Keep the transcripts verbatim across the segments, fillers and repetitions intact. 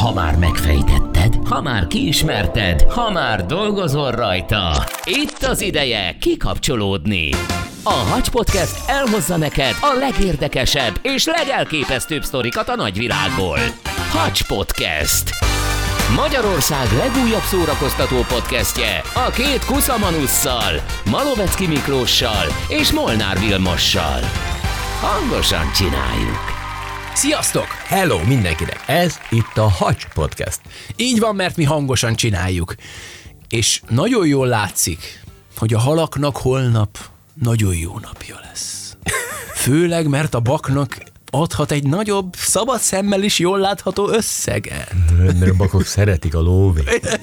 Ha már megfejtetted, ha már kiismerted, ha már dolgozol rajta. Itt az ideje kikapcsolódni. A Hacs Podcast elhozza neked a legérdekesebb és legelképesztőbb sztorikat a nagyvilágból. Hacs Podcast. Magyarország legújabb szórakoztató podcastje a két kuszamanusszal, Malovecki Miklóssal és Molnár Vilmossal. Hangosan csináljuk! Sziasztok! Hello mindenkinek! Ez itt a Hacs Podcast. Így van, mert mi hangosan csináljuk. És nagyon jól látszik, hogy a halaknak holnap nagyon jó napja lesz. Főleg, mert a baknak adhat egy nagyobb, szabad szemmel is jól látható összeget. Mert a bakok szeretik a lóvét.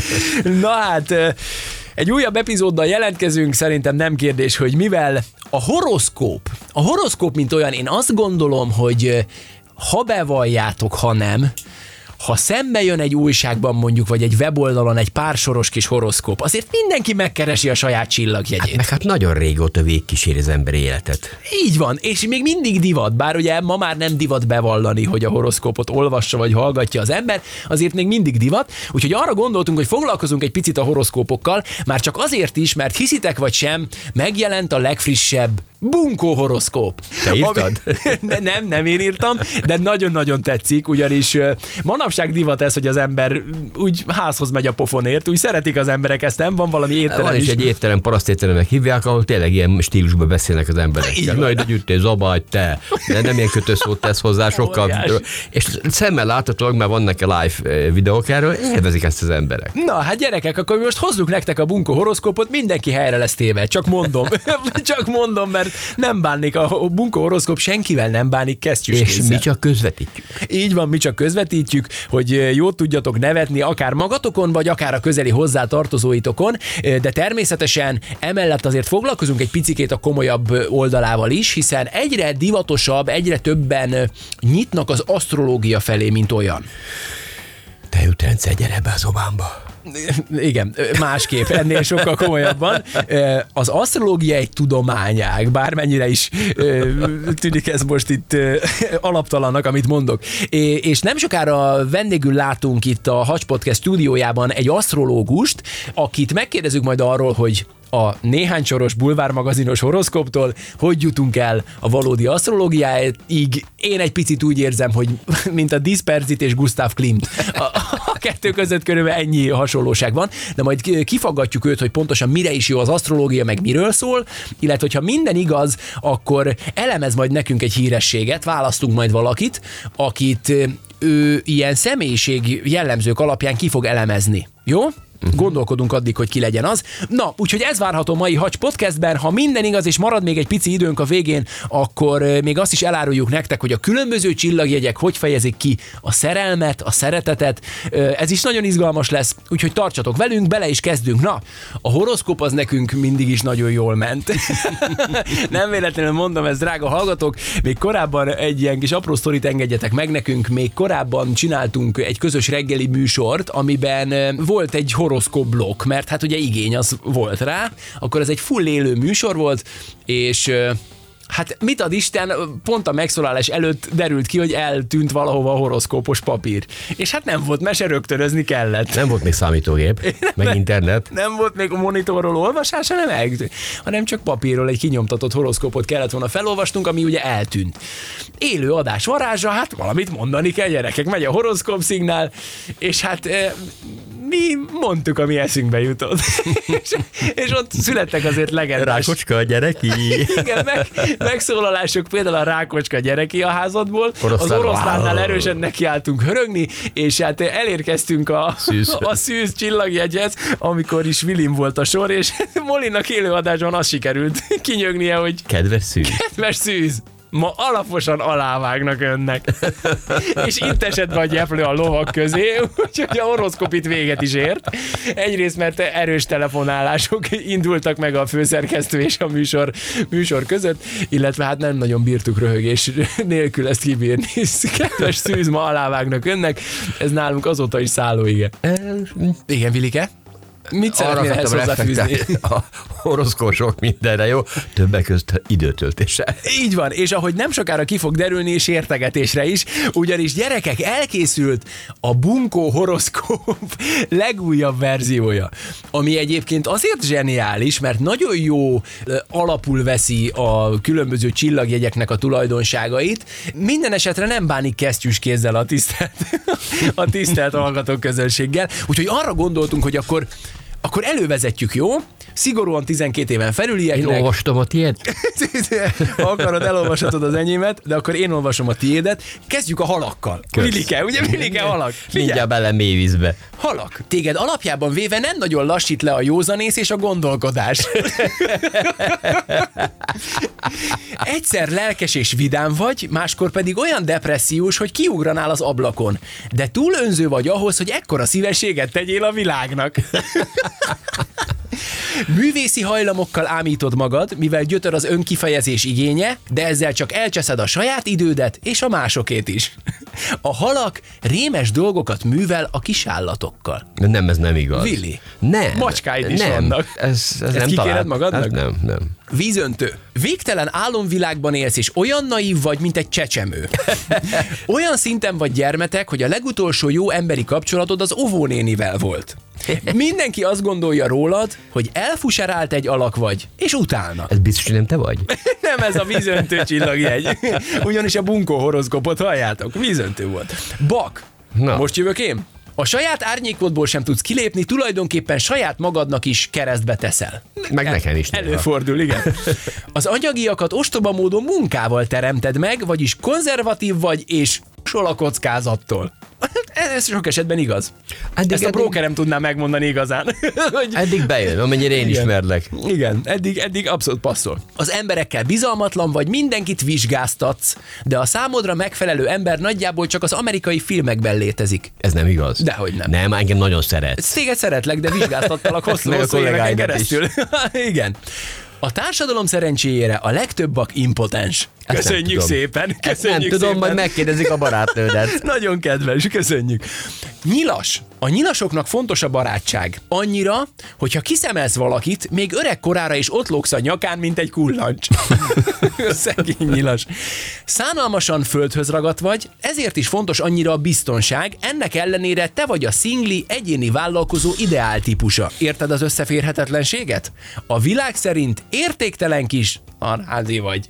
Na hát, egy újabb epizóddal jelentkezünk, szerintem nem kérdés, hogy mivel a horoszkóp, a horoszkóp mint olyan, én azt gondolom, hogy ha bevalljátok, ha nem, ha szembe jön egy újságban mondjuk, vagy egy weboldalon egy pár soros kis horoszkóp, azért mindenki megkeresi a saját csillagjegyét. Hát, meg hát nagyon régóta végigkíséri az ember életet. Így van, és még mindig divat, bár ugye ma már nem divat bevallani, hogy a horoszkópot olvassa vagy hallgatja az ember, azért még mindig divat, úgyhogy arra gondoltunk, hogy foglalkozunk egy picit a horoszkópokkal, már csak azért is, mert hiszitek vagy sem, megjelent a legfrissebb bunkó horoszkóp. Te írtad? Ami, nem, nem én írtam, de nagyon-nagyon tetszik, ugyanis manapság divat ez, hogy az ember úgy házhoz megy a pofonért, úgy szeretik az emberek ezt, nem? Van valami étterem Van is. is egy étterem, parasztétteremnek hívják, ahol tényleg ilyen stílusban beszélnek az emberek. Na, de gyűjtél, zabálj, te. De nem ilyen kötőszót tesz hozzá, sokkal. És szemmel láthatólag már vannak a live videók erről, élvezik ezt az emberek. Na, hát gyerekek, akkor most hozzuk nektek a bunkó horoszkópot, mindenki helyre lesz téve, csak mondom. Csak mondom, mert nem bánnik, a bunkó horoszkóp senkivel nem bánik, kesztyűs És kézzel. mi csak közvetítjük. Így van, mi csak közvetítjük, hogy jót tudjatok nevetni, akár magatokon, vagy akár a közeli hozzátartozóitokon, de természetesen emellett azért foglalkozunk egy picikét a komolyabb oldalával is, hiszen egyre divatosabb, egyre többen nyitnak az asztrológia felé, mint olyan. Te Jutrence, gyere be az obámba. Igen, másképp, ennél sokkal komolyabban. Az asztrológia egy tudományág, bármennyire is tűnik ez most itt alaptalannak, amit mondok. És nem sokára vendégül látunk itt a Hacs Podcast stúdiójában egy asztrológust, akit megkérdezünk majd arról, hogy a néhány soros bulvármagazinos horoszkóptól hogy jutunk el a valódi asztrológiáig. Én egy picit úgy érzem, hogy mint a Disperzit és Gustav Klimt. A, a kettő között körülbelül ennyi hasonlóság van, de majd kifaggatjuk őt, hogy pontosan mire is jó az asztrológia, meg miről szól, illetve hogyha minden igaz, akkor elemez majd nekünk egy hírességet, választunk majd valakit, akit ő ilyen személyiség jellemzők alapján ki fog elemezni. Jó? Gondolkodunk addig, hogy ki legyen az. Na, úgyhogy ez várható mai Hacs Podcastben. Ha minden igaz, és marad még egy pici időnk a végén, akkor még azt is eláruljuk nektek, hogy a különböző csillagjegyek hogy fejezik ki a szerelmet, a szeretetet. Ez is nagyon izgalmas lesz, úgyhogy tartsatok velünk, bele is kezdünk. Na, a horoszkóp az nekünk mindig is nagyon jól ment. Nem véletlenül mondom ezt, drága hallgatók. Még korábban egy ilyen kis apró sztorit engedjetek meg nekünk. Még korábban csináltunk egy közös reggeli műsort, amiben volt egy horoszkóp blokk, mert hát ugye igény az volt rá, akkor ez egy full élő műsor volt, és hát mit ad Isten, pont a megszólalás előtt derült ki, hogy eltűnt valahova a horoszkópos papír. És hát nem volt mese, rögtönözni kellett. Nem volt még számítógép, nem, meg internet. Nem volt még a monitorról olvasás, hanem eltűnt, hanem csak papírról egy kinyomtatott horoszkópot kellett volna felolvasnunk, ami ugye eltűnt. Élő adás varázsa, hát valamit mondani kell, gyerekek, megy a horoszkóp szignál, és hát mi mondtuk, ami eszünkbe jutott. és, és ott születtek azért legendás. Rákocska a gyereki. Igen, meg, megszólalások, például a Rákocska gyereki a házadból. Oroszlán. Az oroszlánnál erősen nekiálltunk hörögni, és hát elérkeztünk a szűz, a szűz csillagjegyhez, amikor is Vilim volt a sor, és Molinak élőadásban az sikerült kinyögnie, hogy kedves szűz. Kedves szűz. Ma alaposan alávágnak önnek. És itt esett be a gyeplő a lovak közé, úgyhogy a horoszkóp itt véget is ért. Egyrészt, mert erős telefonálások indultak meg a főszerkesztő és a műsor, műsor között, illetve hát nem nagyon bírtuk röhögés nélkül ezt kibírni. Kedves szűz, ma alávágnak önnek. Ez nálunk azóta is szállóige. Igen, Vilike? Mit szeretnél ehhez hozzáfűzni? A horoszkóp sok mindenre jó, többek között időtöltéssel. Így van, és ahogy nem sokára ki fog derülni, és értegetésre is, ugyanis gyerekek, elkészült a bunkó horoszkóp legújabb verziója, ami egyébként azért zseniális, mert nagyon jó alapul veszi a különböző csillagjegyeknek a tulajdonságait. Minden esetre nem bánik kesztyűs kézzel a tisztelt, a tisztelt hallgatók közönséggel. Úgyhogy arra gondoltunk, hogy akkor, akkor elővezetjük, jó? Szigorúan tizenkét éven felülieknek. Én olvastam a tiéd. Ha akarod, elolvashatod az enyémet, de akkor én olvasom a tiédet. Kezdjük a halakkal. Vilike, ugye Vilike halak? Mindjárt bele mély vízbe. Halak. Téged alapjában véve nem nagyon lassít le a józanész és a gondolkodás. Egyszer lelkes és vidám vagy, máskor pedig olyan depressziós, hogy kiugranál az ablakon. De túl önző vagy ahhoz, hogy ekkora szívességet tegyél a világnak. Művészi hajlamokkal ámítod magad, mivel gyötör az önkifejezés igénye, de ezzel csak elcseszed a saját idődet és a másokét is. A halak rémes dolgokat művel a kisállatokkal. Nem, ez nem igaz. Willi. Nem. Macskáid is nem. vannak. Ez, ez Ezt nem kikéred talált. magadnak? Ez nem, nem. Vízöntő. Végtelen álomvilágban élsz, és olyan naív vagy, mint egy csecsemő. Olyan szinten vagy gyermetek, hogy a legutolsó jó emberi kapcsolatod az óvónénivel volt. Mindenki azt gondolja rólad, hogy elfuserált egy alak vagy, és utána. Ez biztos, hogy nem te vagy? Nem, ez a vízöntő csillagjegy. Ugyanis a bunkó horoszkópot halljátok, vízöntő volt. Bak, Na. most jövök én? A saját árnyékodból sem tudsz kilépni, tulajdonképpen saját magadnak is keresztbe teszel. Meg nekem is. néha. Előfordul, igen. Az anyagiakat ostoba módon munkával teremted meg, vagyis konzervatív vagy, és sol a kockázattól. Ez sok esetben igaz. Eddig, Ezt a eddig, brókerem tudná megmondani igazán. Hogy... eddig bejön, amennyire én Igen. ismerlek. Igen, eddig, eddig abszolút passzol. Az emberekkel bizalmatlan vagy, mindenkit vizsgáztatsz, de a számodra megfelelő ember nagyjából csak az amerikai filmekben létezik. Ez nem igaz. Dehogy nem. Nem, engem nagyon szeretsz. Téged szeretlek, de vizsgáztattalak hosszú, Meg a hosszú éveken kollégáidat keresztül. Igen. A társadalom szerencséjére a legtöbbak impotens. Ezt nem Köszönjük tudom. szépen, Ezt köszönjük nem tudom, szépen. majd megkérdezik a barátnődet. Nagyon kedves, köszönjük. Nyilas. A nyilasoknak fontos a barátság. Annyira, hogyha kiszemelsz valakit, még öreg korára is ott lógsz a nyakán, mint egy kullancs. Szegény nyilas. Szánalmasan földhöz ragadt vagy, ezért is fontos annyira a biztonság, ennek ellenére te vagy a szingli, egyéni vállalkozó ideál típusa. Érted az összeférhetetlenséget? A világ szerint értéktelen kis arházi vagy.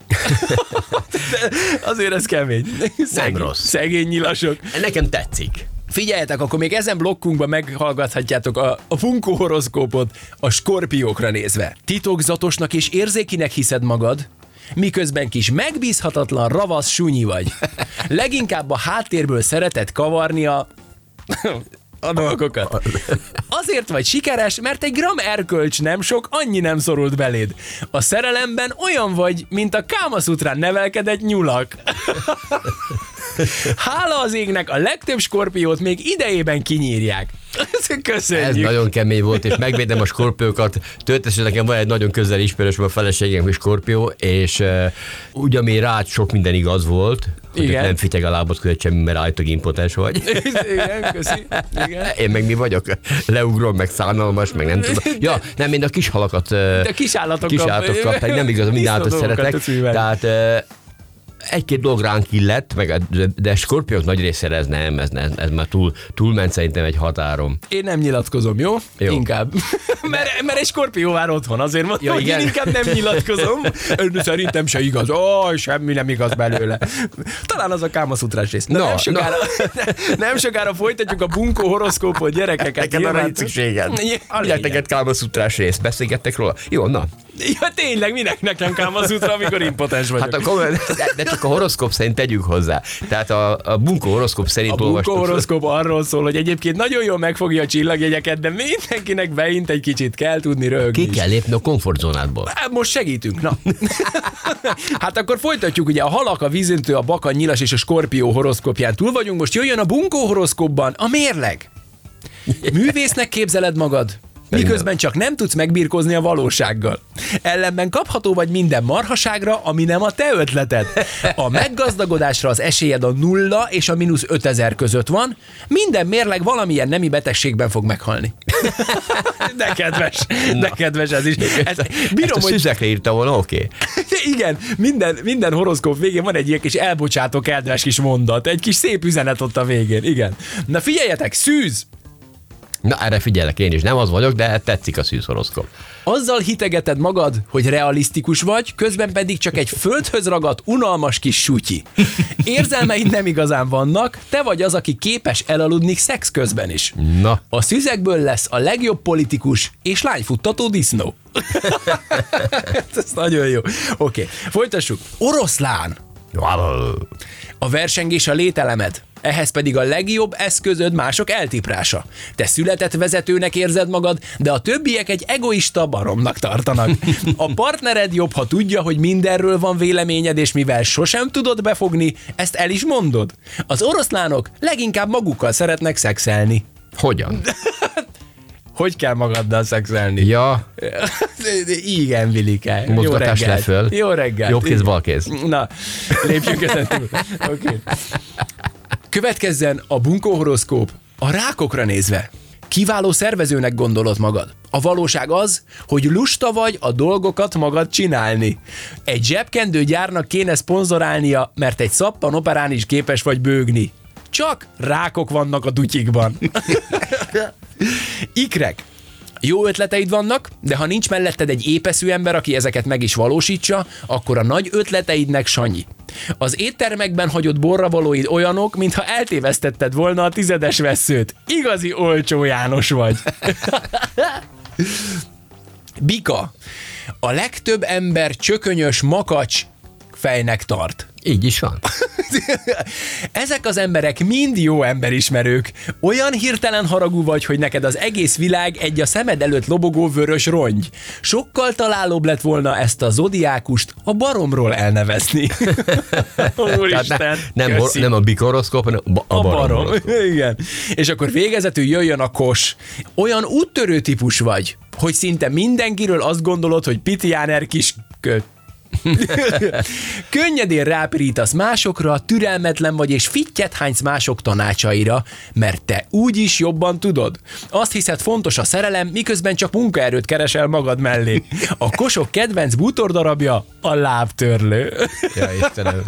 Azért ez kemény. Szegény, Nem rossz. Szegény nyilasok. Nekem tetszik. Figyeljetek, akkor még ezen blokkunkban meghallgathatjátok a, a Funkó horoszkópot a skorpiókra nézve. Titokzatosnak és érzékinek hiszed magad, miközben kis megbízhatatlan, ravasz sunyi vagy. Leginkább a háttérből szereted kavarni a... a dolgokat. Azért vagy sikeres, mert egy gram erkölcs nem sok, annyi nem szorult beléd. A szerelemben olyan vagy, mint a Kámaszutrán nevelkedett nyulak. Hála az égnek, a legtöbb skorpiót még idejében kinyírják. Köszönjük. Ez nagyon kemény volt, és megvédem a skorpiókat. Történetesen nekem van egy nagyon közel ismerős, a feleségem, hogy skorpió, és uh, úgy, ami rád sok minden igaz volt, hogy Igen. nem fiteg a lábad között semmi, mert állítólag impotens vagy. Igen, köszi. Igen. Én meg mi vagyok? Leugrom, meg szánalmas, meg nem tudom. Ja, nem, én a kis halakat, De kis állatokkal, kis állatokkal, pedig nem igaz, minden állatot disznó dolgokat szeretek. tudsz művelni. Tehát uh, egy-két dolog ránk illett, meg, de skorpiók nagy részére ez nem, ez, nem, ez már túl, túlment szerintem egy határom. Én nem nyilatkozom, jó? Jó. Inkább. mert, mert egy skorpió vár otthon, azért mondom, Ja, hogy igen. én inkább nem nyilatkozom. Szerintem se igaz. Ó, semmi nem igaz belőle. Talán az a kámaszutrás rész. Na, No, nem, sokára, nem sokára folytatjuk a bunkó horoszkópot, gyerekeket. Neked arra Nyilván- nincs szükséged. Ja, Adják neked kámaszutrás részt, beszélgettek róla. Jó, na. Ja, tényleg, minek nekem kámaszutra, amikor impotens vagyok. Hát akkor, de, de csak a horoszkóp szerint tegyük hozzá. Tehát a, a bunkó horoszkóp szerint A bunkó olvastuk. horoszkóp arról szól, hogy egyébként nagyon jól megfogja a csillagjegyeket, de mindenkinek beint egy kicsit kell tudni röhögni. Ki kell lépni a komfortzónádból. Hát most segítünk, na. Hát akkor folytatjuk, ugye a halak, a vízöntő, a bak, a nyilas és a skorpió horoszkópján túl vagyunk, most jöjjön a bunkó horoszkópban a mérleg. Művésznek képzeled magad? miközben csak nem tudsz megbirkózni a valósággal. Ellenben kapható vagy minden marhaságra, ami nem a te ötleted. A meggazdagodásra az esélyed a nulla és a mínusz ötezer között van, minden mérleg valamilyen nemi betegségben fog meghalni. De kedves, de kedves ez is. Ez, bírom, Ezt a szüzekre írta volna, oké. Okay. Igen, minden, minden horoszkóp végén van egy ilyen kis elbocsátó kedves kis mondat, egy kis szép üzenet ott a végén, igen. Na figyeljetek, szűz! Na, erre figyelek én is, nem az vagyok, de tetszik a szűz horoszkóp. Azzal hitegeted magad, hogy realisztikus vagy, közben pedig csak egy földhöz ragadt, unalmas kis sutyi. Érzelmeid nem igazán vannak, te vagy az, aki képes elaludni szex közben is. Na. A szüzekből lesz a legjobb politikus és lányfuttató disznó. Ez nagyon jó. Oké, okay. Folytassuk. Oroszlán. A versengés a lételemed, ehhez pedig a legjobb eszközöd mások eltiprása. Te született vezetőnek érzed magad, de a többiek egy egoista baromnak tartanak. A partnered jobb, ha tudja, hogy mindenről van véleményed, és mivel sosem tudod befogni, ezt el is mondod. Az oroszlánok leginkább magukkal szeretnek szexelni. Hogyan? Hogy kell magaddal szexelni? Ja. Igen, Vilike. Mozgatás le föl. Jó reggelt. Jobb kéz, bal kéz. Na, lépjünk ezen túl. Okay. Következzen a bunkóhoroszkóp a rákokra nézve. Kiváló szervezőnek gondolod magad. A valóság az, hogy lusta vagy a dolgokat magad csinálni. Egy zsebkendőgyárnak kéne szponzorálnia, mert egy szappanoperán is képes vagy bőgni. Csak rákok vannak a dutyikban. Ikrek. Jó ötleteid vannak, de ha nincs melletted egy épeszű ember, aki ezeket meg is valósítsa, akkor a nagy ötleteidnek sanyi. Az éttermekben hagyott borravalóid olyanok, mintha eltévesztetted volna a tizedes vesszőt. Igazi olcsó János vagy. Bika. A legtöbb ember csökönyös makacs fejnek tart. Így is van. Ezek az emberek mind jó emberismerők. Olyan hirtelen haragú vagy, hogy neked az egész világ egy a szemed előtt lobogó vörös rongy. Sokkal találóbb lett volna ezt a zodiákust a baromról elnevezni. Úristen, ne, nem, hor, nem a bikoroszkóp, hanem a, a barom. barom. Igen. És akkor végezetül jöjjön a kos. Olyan úttörő típus vagy, hogy szinte mindenkiről azt gondolod, hogy Pitiáner kis köt. Könnyedén rápirítasz másokra, türelmetlen vagy és fittyet hánysz mások tanácsaira, mert te úgyis jobban tudod. Azt hiszed fontos a szerelem, miközben csak munkaerőt keresel magad mellé. A kosok kedvenc bútordarabja a lábtörlő. Ja, Istenem.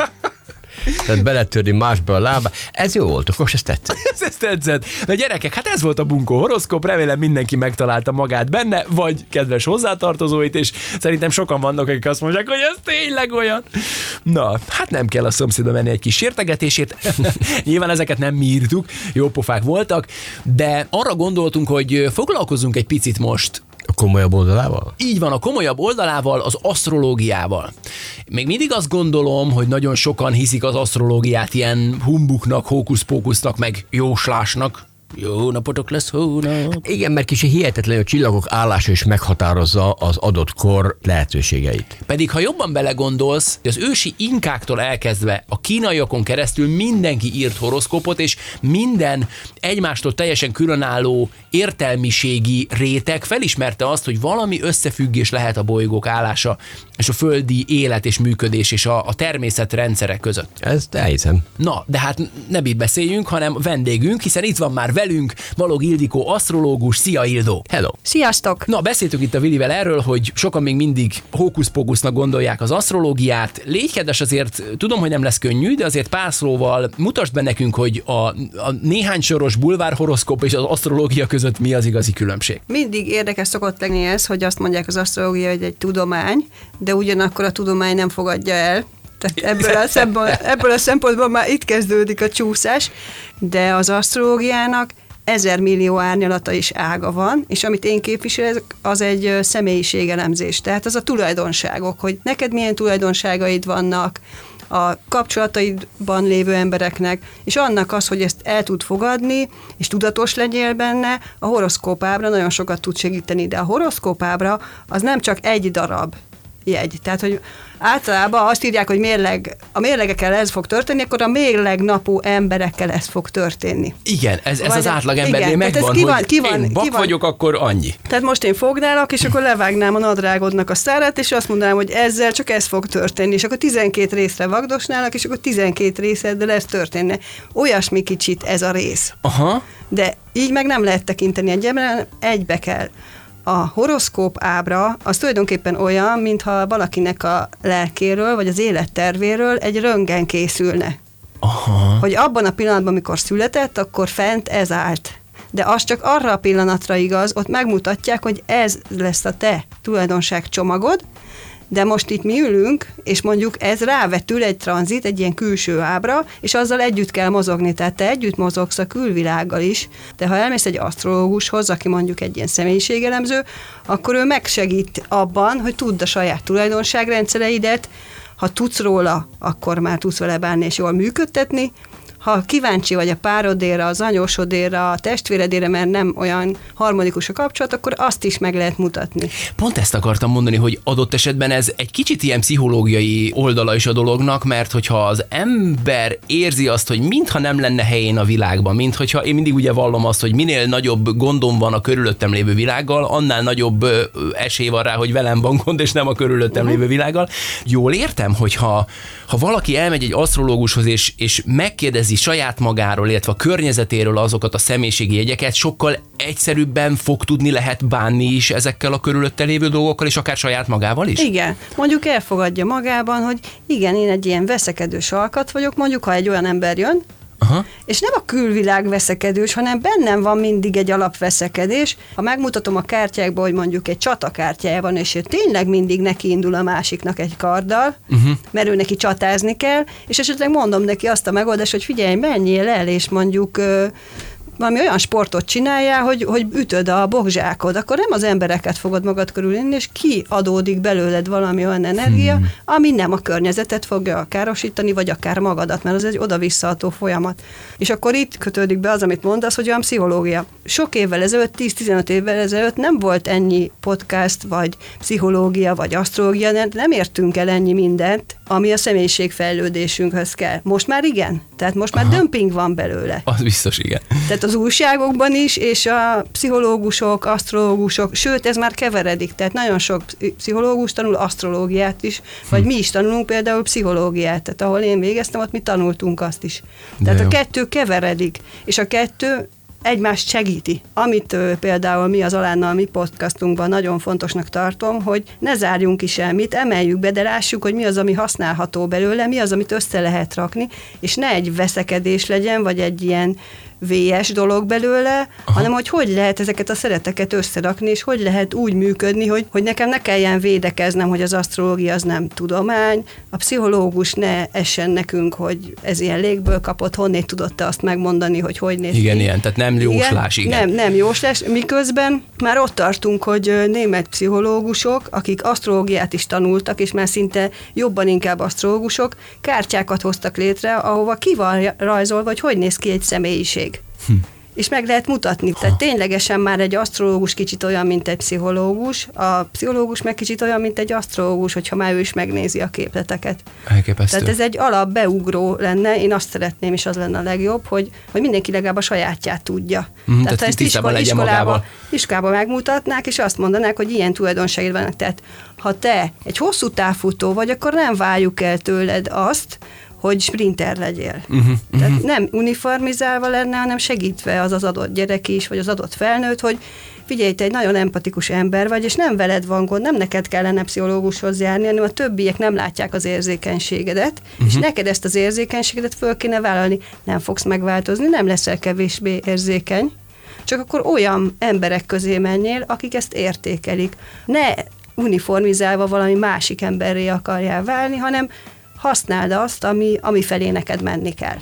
Tehát beletörni másba a lába. Ez jó volt, akkor ez tetszett. ez, ez tetszett. Na gyerekek, hát ez volt a bunkó horoszkóp, remélem mindenki megtalálta magát benne, vagy kedves hozzátartozóit, és szerintem sokan vannak, akik azt mondják, hogy ez tényleg olyan. Na, hát nem kell a szomszédba menni egy kis sértegetését. Nyilván ezeket nem mi írtuk, jó pofák voltak, de arra gondoltunk, hogy foglalkozzunk egy picit most a komolyabb oldalával? Így van, a komolyabb oldalával, az asztrológiával. Még mindig azt gondolom, hogy nagyon sokan hiszik az asztrológiát ilyen humbuknak, hókuszpókusznak, meg jóslásnak. Jó napotok lesz, hónap. Igen, mert kicsi hihetetlen, hogy a csillagok állása is meghatározza az adott kor lehetőségeit. Pedig ha jobban belegondolsz, az ősi inkáktól elkezdve a kínaiakon keresztül mindenki írt horoszkópot, és minden egymástól teljesen különálló értelmiségi réteg felismerte azt, hogy valami összefüggés lehet a bolygók állása és a földi élet és működés és a, a természetrendszerek között. Ezt elhiszem. Na, de hát ne mi beszéljünk, hanem vendégünk, hiszen itt van már velünk Balog Ildikó, asztrológus. Szia, Ildó! Hello! Sziasztok! Na, beszéltük itt a Vilivel erről, hogy sokan még mindig hókuszpókusznak gondolják az asztrológiát. Légy kedves, azért tudom, hogy nem lesz könnyű, de azért pár szóval mutasd be nekünk, hogy a, a néhány soros bulvár horoszkóp és az asztrológia között mi az igazi különbség. Mindig érdekes szokott lenni ez, hogy azt mondják az asztrológia, hogy egy tudomány, de ugyanakkor a tudomány nem fogadja el. Tehát ebből a, szempont, ebből a szempontból már itt kezdődik a csúszás, de az asztrológiának ezer millió árnyalata is ága van, és amit én képviselek, az egy személyiségelemzés. Tehát az a tulajdonságok, hogy neked milyen tulajdonságaid vannak, a kapcsolataidban lévő embereknek, és annak az, hogy ezt el tud fogadni, és tudatos legyél benne, a horoszkópábra nagyon sokat tud segíteni, de a horoszkópábra az nem csak egy darab jegy. Tehát, hogy általában azt írják, hogy mérleg, a mérlegekkel ez fog történni, akkor a mérlegnapú emberekkel ez fog történni. Igen, ez, ez Vagy az átlag embernél megvan, ki van, hogy ki van, én bak ki van. vagyok, akkor annyi. Tehát most én fognálok, és akkor levágnám a nadrágodnak a szárát, és azt mondanám, hogy ezzel csak ez fog történni, és akkor tizenkét részre vagdosnálnak, és akkor tizenkét részeddel ez történne. Olyasmi kicsit ez a rész. Aha. De így meg nem lehet tekinteni egyben, egybe kell. A horoszkóp ábra az tulajdonképpen olyan, mintha valakinek a lelkéről, vagy az élettervéről egy röntgen készülne. Aha. Hogy abban a pillanatban, amikor született, akkor fent ez állt. De az csak arra a pillanatra igaz, ott megmutatják, hogy ez lesz a te tulajdonságcsomagod, de most itt mi ülünk, és mondjuk ez rávetül egy tranzit, egy ilyen külső ábra, és azzal együtt kell mozogni, tehát te együtt mozogsz a külvilággal is, de ha elmész egy asztrológushoz, aki mondjuk egy ilyen személyiségelemző, akkor ő megsegít abban, hogy tudd a saját tulajdonságrendszereidet, ha tudsz róla, akkor már tudsz vele bánni és jól működtetni, ha kíváncsi vagy a párodéra, az anyósodéra, a testvéredére, mert nem olyan harmonikus a kapcsolat, akkor azt is meg lehet mutatni. Pont ezt akartam mondani, hogy adott esetben ez egy kicsit ilyen pszichológiai oldala is a dolognak, mert hogyha az ember érzi azt, hogy mintha nem lenne helyén a világban, mintha én mindig ugye vallom azt, hogy minél nagyobb gondom van a körülöttem lévő világgal, annál nagyobb esély van rá, hogy velem van gond, és nem a körülöttem uh-huh. lévő világgal. Jól értem, hogyha ha valaki elmegy egy asztrológushoz, és, és megkérdezi saját magáról, illetve a környezetéről azokat a személyiségi jegyeket, sokkal egyszerűbben fog tudni, lehet bánni is ezekkel a körülötte lévő dolgokkal, és akár saját magával is? Igen. Mondjuk elfogadja magában, hogy igen, én egy ilyen veszekedős alkat vagyok, mondjuk, ha egy olyan ember jön, Aha. és nem a külvilág veszekedős, hanem bennem van mindig egy alapveszekedés. Ha megmutatom a kártyákba, hogy mondjuk egy csatakártyája van, és ő tényleg mindig neki indul a másiknak egy karddal, uh-huh. mert ő neki csatázni kell, és esetleg mondom neki azt a megoldást, hogy figyelj, menjél el, és mondjuk valami olyan sportot csináljál, hogy, hogy ütöd a bokzsákod, akkor nem az embereket fogod magad körül inni, és kiadódik belőled valami olyan energia, hmm. ami nem a környezetet fogja károsítani, vagy akár magadat, mert az egy oda-visszaható folyamat. És akkor itt kötődik be az, amit mondasz, hogy olyan pszichológia. Sok évvel ezelőtt, tíz-tizenöt évvel ezelőtt nem volt ennyi podcast, vagy pszichológia, vagy asztrológia, nem értünk el ennyi mindent, ami a személyiségfejlődésünkhöz kell. Most már igen. Tehát most már Aha. dömping van belőle. Az biztos, igen. Tehát az újságokban is, és a pszichológusok, asztrológusok, sőt, ez már keveredik. Tehát nagyon sok pszichológus tanul asztrológiát is, vagy hm. mi is tanulunk például pszichológiát. Tehát ahol én végeztem, ott mi tanultunk azt is. Tehát a kettő keveredik, és a kettő egymást segíti. Amit ö, például mi az Alánnal, mi podcastunkban nagyon fontosnak tartom, hogy ne zárjunk ki semmit, emeljük be, de lássuk, hogy mi az, ami használható belőle, mi az, amit össze lehet rakni, és ne egy veszekedés legyen, vagy egy ilyen vé es dolog belőle, Aha. hanem hogy hogy lehet ezeket a szereteket összerakni, és hogy lehet úgy működni, hogy, hogy nekem ne kelljen védekeznem, hogy az asztrológia az nem tudomány, a pszichológus ne essen nekünk, hogy ez ilyen légből kapott, honnét tudott te azt megmondani, hogy hogy néz Igen, ki. ilyen, tehát nem jóslás, igen. igen. Nem, nem jóslás, miközben már ott tartunk, hogy német pszichológusok, akik asztrológiát is tanultak, és már szinte jobban inkább asztrológusok, kártyákat hoztak létre, ahova ki van rajzolva, hogy hogy néz ki egy személyiség. Hm. És meg lehet mutatni. Ha. Tehát ténylegesen már egy asztrológus kicsit olyan, mint egy pszichológus, a pszichológus meg kicsit olyan, mint egy asztrológus, hogyha már ő is megnézi a képleteket. Elképesztő. Tehát ez egy alap beugró lenne, én azt szeretném, és az lenne a legjobb, hogy, hogy mindenki legalább a sajátját tudja. Mm, tehát, tehát ha ezt iskola, iskolába, iskolába megmutatnák, és azt mondanák, hogy ilyen tulajdonságid vannak. Tehát ha te egy hosszú távfutó vagy, akkor nem várjuk el tőled azt, hogy sprinter legyél. Uh-huh, Tehát uh-huh. nem uniformizálva lenne, hanem segítve az az adott gyerek is, vagy az adott felnőtt, hogy figyelj, te egy nagyon empatikus ember vagy, és nem veled van gond, nem neked kellene pszichológushoz járni, hanem a többiek nem látják az érzékenységedet, uh-huh. és neked ezt az érzékenységedet föl kéne vállalni. Nem fogsz megváltozni, nem leszel kevésbé érzékeny, csak akkor olyan emberek közé menjél, akik ezt értékelik. Ne uniformizálva valami másik emberré akarjál válni, hanem használd azt, ami, ami felé neked menni kell.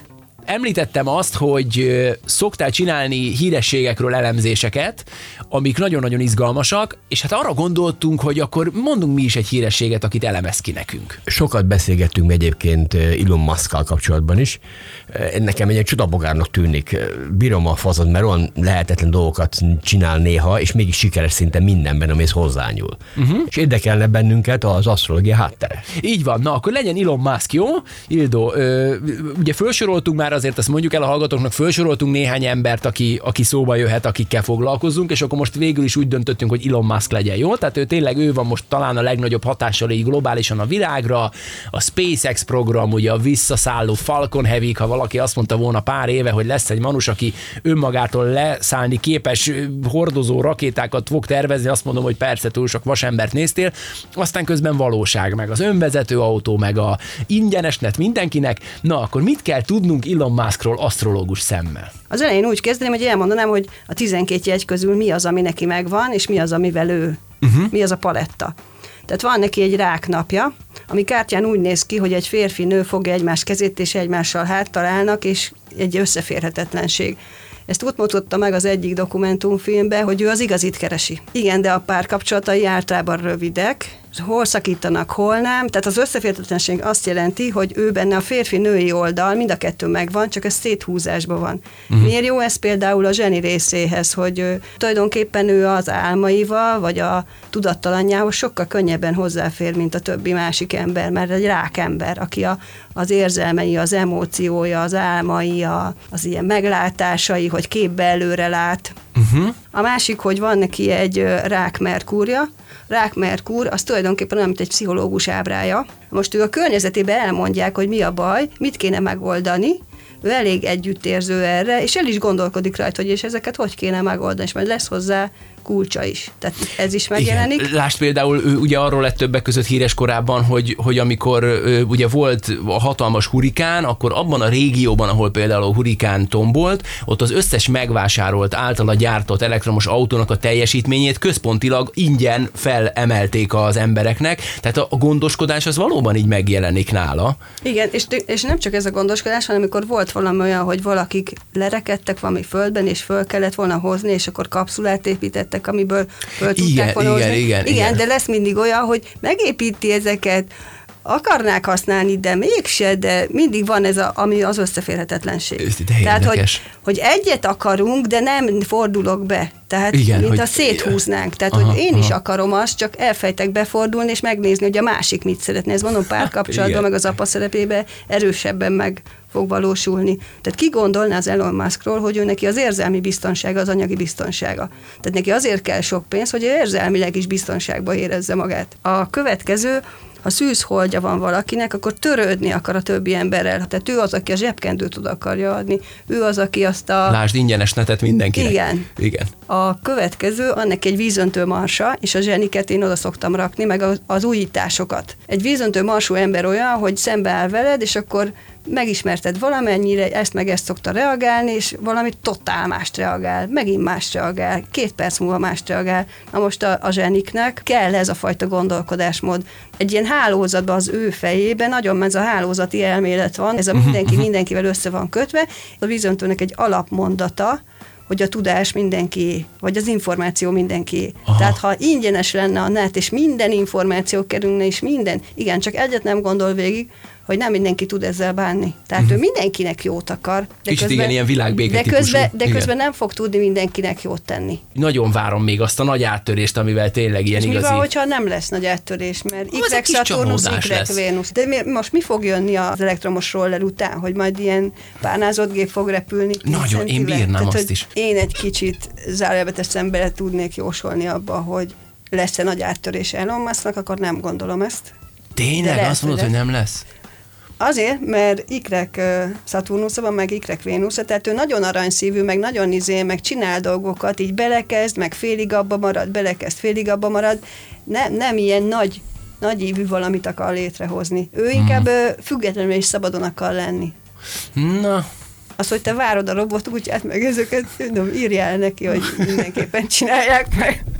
Említettem azt, hogy szoktál csinálni hírességekről elemzéseket, amik nagyon-nagyon izgalmasak, és hát arra gondoltunk, hogy akkor mondunk mi is egy hírességet, akit elemez ki nekünk. Sokat beszélgettünk egyébként Elon Muskkal kapcsolatban is. Nekem egy csodabogárnak tűnik. Bírom a fazon, mert olyan lehetetlen dolgokat csinál néha, és mégis sikeres szinte mindenben, amihez hozzányúl. Uh-huh. És érdekelne bennünket az asztrológia háttere. Így van, na akkor legyen Elon Musk, jó? Ildo, ö, ugye felsoroltunk már, azért azt mondjuk el a hallgatóknak, felsoroltunk néhány embert, aki, aki szóba jöhet, akikkel foglalkozunk, és akkor most végül is úgy döntöttünk, hogy Elon Musk legyen, jó? Tehát ő tényleg ő van most talán a legnagyobb hatással így globálisan a világra, a SpaceX program, ugye a visszaszálló Falcon Heavy, ha valaki azt mondta volna pár éve, hogy lesz egy manus, aki önmagától leszállni képes hordozó rakétákat fog tervezni, azt mondom, hogy persze túl sok vasembert néztél, aztán közben valóság, meg az önvezető autó, meg a ingyenes net mindenkinek. Na, akkor mit kell tudnunk Elon Muskról asztrológus szemmel? Az elején úgy kezdeném, hogy elmondanám, hogy a tizenkét jegy közül mi az, ami neki megvan, és mi az, amivel ő, uh-huh. mi az a paletta. Tehát van neki egy rák napja, ami kártyán úgy néz ki, hogy egy férfi, nő fogja egymás kezét, és egymással háttal állnak, és egy összeférhetetlenség. Ezt úgy mutatta meg az egyik dokumentumfilmben, hogy ő az igazit keresi. Igen, de a párkapcsolatai általában rövidek, hol szakítanak, hol nem. Tehát az összeférhetetlenség azt jelenti, hogy ő benne a férfi-női oldal, mind a kettő megvan, csak ez széthúzásban van. Uh-huh. Miért jó ez például a zseni részéhez, hogy ő, tulajdonképpen ő az álmaival, vagy a tudattalanjához sokkal könnyebben hozzáfér, mint a többi másik ember, mert egy rákember, aki a, az érzelmei, az emóciója, az álmai, a, az ilyen meglátásai, hogy képbe előre lát. Uh-huh. A másik, hogy van neki egy rák Merkúrja. Rák Merkur, az tulajdonképpen olyan, mint egy pszichológus ábrája. Most ő a környezetében elmondják, hogy mi a baj, mit kéne megoldani, ő elég együttérző erre, és el is gondolkodik rajta, hogy és ezeket hogy kéne megoldani, és majd lesz hozzá kulcsa is. Tehát ez is megjelenik. Igen. Lásd például, ő ugye arról lett többek között híres korábban, hogy, hogy amikor ő, ugye volt a hatalmas hurikán, akkor abban a régióban, ahol például a hurikán tombolt, ott az összes megvásárolt, általa gyártott elektromos autónak a teljesítményét központilag ingyen felemelték az embereknek, tehát a gondoskodás az valóban így megjelenik nála. Igen, és, és nem csak ez a gondoskodás, hanem amikor volt valami olyan, hogy valakik lerekedtek valami földben, és föl kellett volna hozni, és akkor kapszulát építettek, amiből föl tudták volna igen, hozni. igen, igen, igen, de lesz mindig olyan, hogy megépíti ezeket, akarnák használni, de mégse, de mindig van ez, a, ami az összeférhetetlenség. Tehát, hogy, hogy egyet akarunk, de nem fordulok be. Tehát, igen, mint hogy... ha széthúznánk. Tehát, aha, hogy én aha. is akarom azt, csak elfejtek befordulni, és megnézni, hogy a másik mit szeretne. Ez mondom, párkapcsolatban, meg az apa szerepében erősebben meg fog valósulni. Tehát ki gondolná az Elon Muskról, hogy ő neki az érzelmi biztonsága, az anyagi biztonsága. Tehát neki azért kell sok pénz, hogy érzelmileg is biztonságban érezze magát. A következő, ha szűzholdja van valakinek, akkor törődni akar a többi emberrel. Tehát ő az, aki a zsebkendőt oda akarja adni. Ő az, aki azt a... Lásd, ingyenes netet mindenkinek. Igen. Igen. A következő, annak egy vízöntő marsa, és a zseniket én oda szoktam rakni, meg az, az újításokat. Egy vízöntő marsú ember olyan, hogy szembeáll veled, és akkor megismerted valamennyire, ezt meg ezt szokta reagálni, és valami totál mást reagál, megint mást reagál, két perc múlva mást reagál. Na most a, a zseniknek kell ez a fajta gondolkodásmód. Egy ilyen hálózatban az ő fejében nagyon ez a hálózati elmélet van, ez a mindenki mindenkivel össze van kötve. A vízöntőnek egy alapmondata, hogy a tudás mindenki, vagy az információ mindenki. Aha. Tehát ha ingyenes lenne a net, és minden információ kerülne, és minden, igen, csak egyet nem gondol végig, hogy nem mindenki tud ezzel bánni. Tehát uh-huh. ő mindenkinek jót akar. De Kicsit közben, igen, ilyen világbéke de típusú. közben, de közben igen. nem fog tudni mindenkinek jót tenni. Nagyon várom még azt a nagy áttörést, amivel tényleg ilyen és igazi... mi van, hogyha nem lesz nagy áttörés, mert Ó, ikrek Szaturnusz, ikrek Vénusz. De mi, most mi fog jönni az elektromos roller után, hogy majd ilyen párnázott gép fog repülni? Nagyon, én bírnám Tehát, azt is. Én egy kicsit zárójelbeteszem bele tudnék jósolni abba, hogy lesz-e nagy áttörés Elon Musknak, akkor nem gondolom ezt. Tényleg? lehet, Azt mondod, hogy hogy nem lesz? Azért, mert ikrek Szaturnusza van, meg ikrek Vénusza, tehát ő nagyon aranyszívű, meg nagyon izé, meg csinál dolgokat, így belekezd, meg félig abba marad, belekezd, félig abba marad. Ne, nem ilyen nagy, nagy ívű valamit akar létrehozni. Ő inkább hmm. függetlenül és szabadon akar lenni. Na... Az, hogy te várod a robotkutyát, meg ezeket, tudom, írjál neki, hogy mindenképpen csinálják meg.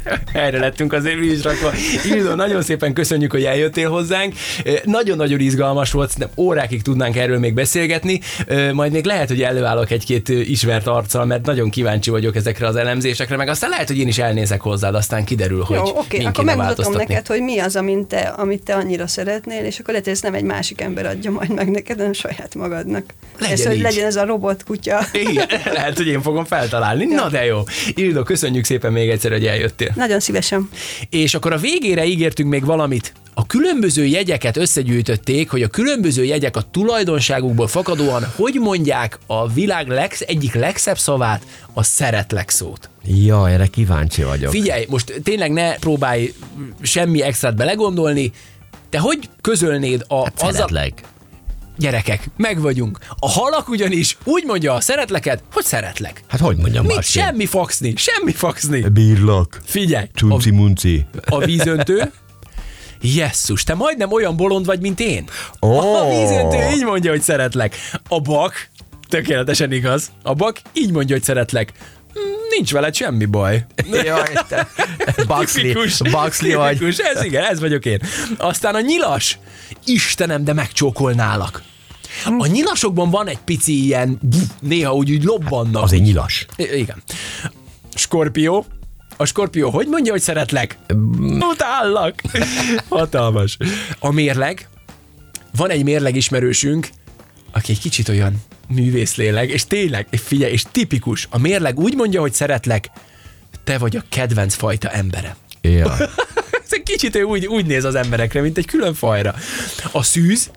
Erre lettünk azért mi is rakva. Ildó, nagyon szépen köszönjük, hogy eljöttél hozzánk. Nagyon-nagyon izgalmas volt, de órákig tudnánk erről még beszélgetni. Majd még lehet, hogy előállok egy-két ismert arccal, mert nagyon kíváncsi vagyok ezekre az elemzésekre, meg aztán lehet, hogy én is elnézek hozzád, aztán kiderül, hogy jó, oké, min akkor kéne megmutatom változtatni. neked, hogy mi az, amit te, amit te annyira szeretnél, és akkor lehet, hogy ezt nem egy másik ember adja majd meg neked, hanem saját magadnak. Legyen ez, hogy így. legyen ez a robotkutya. Igen, lehet, hogy én fogom feltalálni. Na de jó. Ildó, köszönjük szépen még egyszer, hogy eljöttél. Nagyon szívesen. És akkor a végére ígértünk még valamit. A különböző jegyeket összegyűjtötték, hogy a különböző jegyek a tulajdonságukból fakadóan hogy mondják a világ legsz, egyik legszebb szavát, a szeretlek szót. Ja, erre kíváncsi vagyok. Figyelj, most tényleg ne próbálj semmi extrát belegondolni, te hogy közölnéd a... Hát szeretlek. Gyerekek, meg vagyunk. A halak ugyanis úgy mondja a szeretleket, hogy szeretlek. Hát hogy mondjam Mit? másképp? Semmi faxni, semmi faxni. Bírlak. Figyelj, a, Cunci-munci. a vízöntő. Jesszus, te majdnem olyan bolond vagy, mint én. Ó. A vízöntő így mondja, hogy szeretlek. A bak, tökéletesen igaz, a bak így mondja, hogy szeretlek. Nincs veled semmi baj. Jaj, te Buxley, Tipikus, Buxley vagy. tipikus, ez igen, ez vagyok én. Aztán a nyilas. Istenem, de megcsókolnálak. A nyilasokban van egy pici ilyen, néha úgy, úgy lobbannak. Az egy nyilas. I- igen. Skorpió. A skorpió hogy mondja, hogy szeretlek? Utállak. Hatalmas. A mérleg. Van egy mérleg ismerősünk, aki egy kicsit olyan művészlélek, és tényleg, figyelj, és tipikus. A mérleg úgy mondja, hogy szeretlek, te vagy a kedvenc fajta emberem. Ja. Ez egy kicsit ő úgy, úgy néz az emberekre, mint egy külön fajra. A szűz,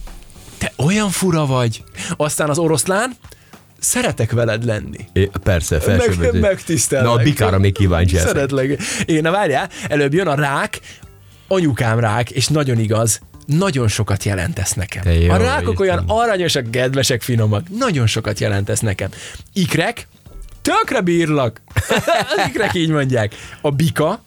te olyan fura vagy. Aztán az oroszlán, szeretek veled lenni. É, persze, Meg, felsővezető. megtisztellek. Na, a bikára még kíváncsi leszek. Szeretlek. Igen, na várjál, előbb jön a rák, anyukám rák, és nagyon igaz, nagyon sokat jelentesz nekem. Te jó, A rákok olyan Istenem. aranyosak, kedvesek, finomak. Nagyon sokat jelentesz nekem. Ikrek, tökre bírlak. Az ikrek így mondják. A bika,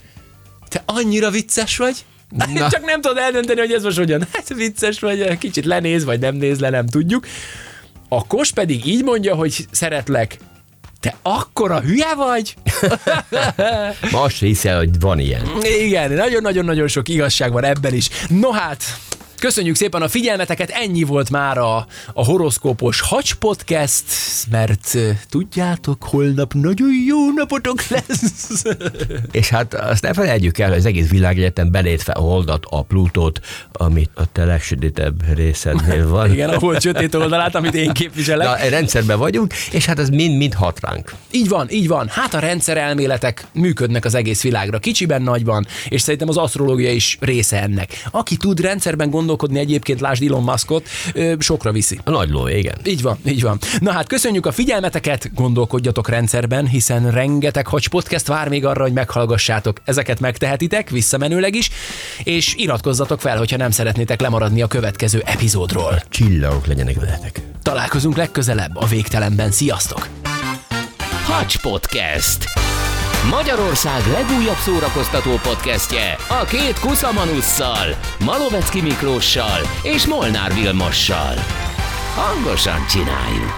te annyira vicces vagy, Na. csak nem tudod eldönteni, hogy ez most hogyan. Hát vicces vagy, kicsit lenéz, vagy nem néz le, nem tudjuk. A kos pedig így mondja, hogy szeretlek. Te akkora hülye vagy? Ma azt se hiszel, hogy van ilyen. Igen, nagyon-nagyon-nagyon sok igazság van ebben is. No hát, köszönjük szépen a figyelmeteket, ennyi volt már a, a horoszkópos Hacs Podcast, mert uh, tudjátok, holnap nagyon jó napotok lesz. És hát azt ne felejtjük el, hogy az egész világegyetem belétve a Holdat, a Plutót, amit a te legsötétebb részednél van. Igen, a volt sötét oldalát, amit én képviselek. Na, egy rendszerben vagyunk, és hát ez mind-mind hat ránk. Így van, így van. Hát a rendszerelméletek működnek az egész világra, kicsiben, nagyban, és szerintem az asztrológia is része ennek. Aki tud rendszerben gondolkodni, egyébként lásd Elon Muskot, ö, sokra viszi. A nagy ló, igen. Így van, így van. Na hát köszönjük a figyelmeteket, gondolkodjatok rendszerben, hiszen rengeteg Hacs Podcast vár még arra, hogy meghallgassátok. Ezeket megtehetitek, visszamenőleg is, és iratkozzatok fel, hogyha nem szeretnétek lemaradni a következő epizódról. Csillagok legyenek veletek. Találkozunk legközelebb a végtelenben. Sziasztok! Hacs Podcast. Magyarország legújabb szórakoztató podcastje a két Kuszamanusszal, Malovecki Miklóssal és Molnár Vilmossal. Hangosan csináljuk!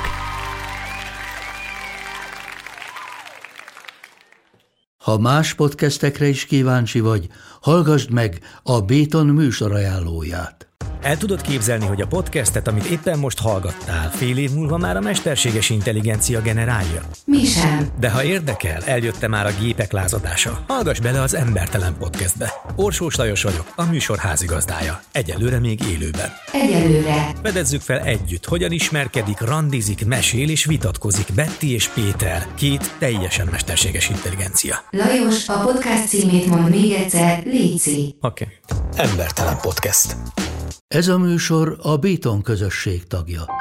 Ha más podcastekre is kíváncsi vagy, hallgassd meg a Béton műsor ajánlóját. El tudod képzelni, hogy a podcastet, amit éppen most hallgattál, fél év múlva már a mesterséges intelligencia generálja? Mi sem. De ha érdekel, eljött már a gépek lázadása. Hallgass bele az Embertelen Podcastbe. Orsós Lajos vagyok, a műsor házigazdája. Egyelőre még élőben. Egyelőre. Fedezzük fel együtt, hogyan ismerkedik, randizik, mesél és vitatkozik Betty és Péter, két teljesen mesterséges intelligencia. Lajos, a podcast címét mond még egyszer, léci. Oké. Okay. Embertelen Podcast. Ez a műsor a Béton közösség tagja.